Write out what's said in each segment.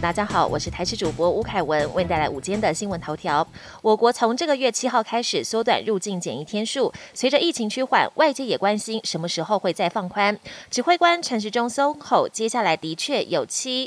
大家好，我是台视主播吴凯文，为您带来午间的新闻头条。我国从这个月7号开始缩短入境检疫天数，随着疫情趋缓，外界也关心什么时候会再放宽。指挥官陈时中松口，接下来的确有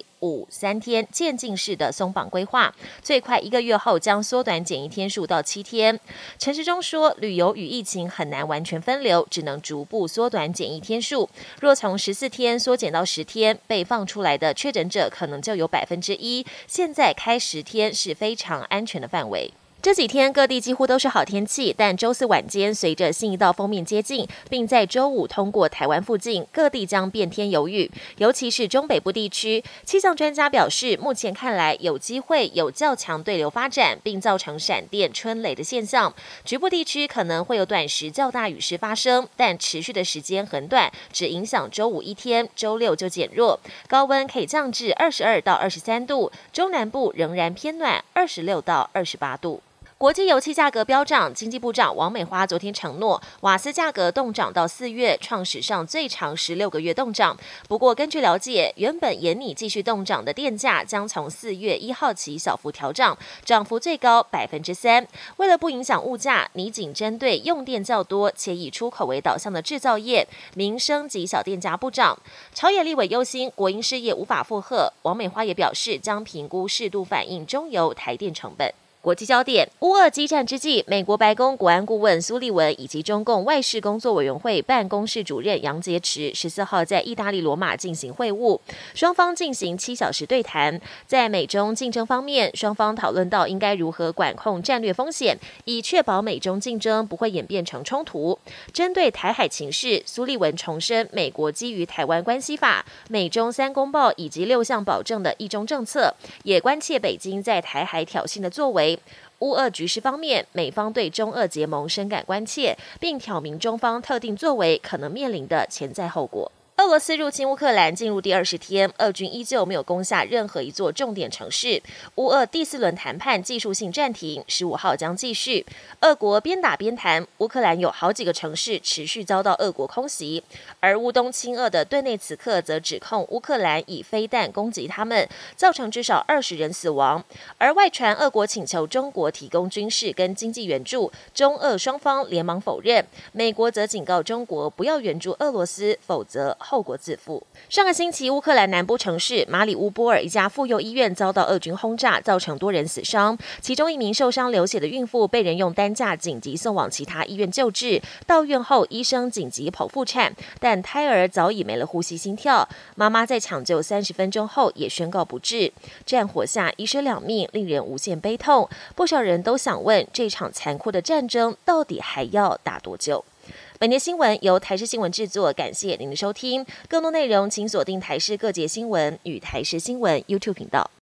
7-5-3天渐进式的松绑规划，最快1个月后将缩短检疫天数到7天。陈时中说，旅游与疫情很难完全分流，只能逐步缩短检疫天数。若从14天缩减到10天，被放出来的确诊者可能就有1%，现在开10天是非常安全的范围。这几天各地几乎都是好天气，但周四晚间随着新一道锋面接近，并在周五通过台湾附近，各地将变天有雨，尤其是中北部地区。气象专家表示，目前看来有机会有较强对流发展，并造成闪电、春雷的现象。局部地区可能会有短时较大雨势发生，但持续的时间很短，只影响周五1天，周六就减弱。高温可以降至22到23度，中南部仍然偏暖，26到28度。国际油气价格飙涨，经济部长王美花昨天承诺，瓦斯价格冻涨到4月，创史上最长16个月冻涨。不过，根据了解，原本沿拟继续冻涨的电价将从4月1号起小幅调涨，涨幅最高3%。为了不影响物价，拟仅针对用电较多且以出口为导向的制造业、民生及小店家不涨。朝野立委忧心国营事业无法负荷，王美花也表示将评估适度反映中油、台电成本。国际焦点：乌俄激战之际，美国白宫国安顾问苏利文以及中共外事工作委员会办公室主任杨洁篪14号在意大利罗马进行会晤，双方进行7小时对谈。在美中竞争方面，双方讨论到应该如何管控战略风险，以确保美中竞争不会演变成冲突。针对台海情势，苏利文重申美国基于台湾关系法、美中3公报以及6项保证的一中政策，也关切北京在台海挑衅的作为。乌俄局势方面，美方对中俄结盟深感关切，并挑明中方特定作为可能面临的潜在后果。俄罗斯入侵乌克兰进入第20天，俄军依旧没有攻下任何一座重点城市。乌俄第4轮谈判技术性暂停，15号将继续。俄国边打边谈，乌克兰有好几个城市持续遭到俄国空袭，而乌东亲俄的顿内茨克则指控乌克兰以飞弹攻击他们，造成至少20人死亡。而外传俄国请求中国提供军事跟经济援助，中俄双方连忙否认。美国则警告中国不要援助俄罗斯，否则后果自负。上个星期，乌克兰南部城市马里乌波尔一家妇幼医院遭到俄军轰炸，造成多人死伤，其中一名受伤流血的孕妇被人用担架紧急送往其他医院救治。到院后，医生紧急剖腹产，但胎儿早已没了呼吸心跳，妈妈在抢救30分钟后也宣告不治。战火下一尸2命，令人无限悲痛。不少人都想问，这场残酷的战争到底还要打多久？本节新闻由台视新闻制作，感谢您的收听。更多内容请锁定台视各节新闻与台视新闻 YouTube 频道。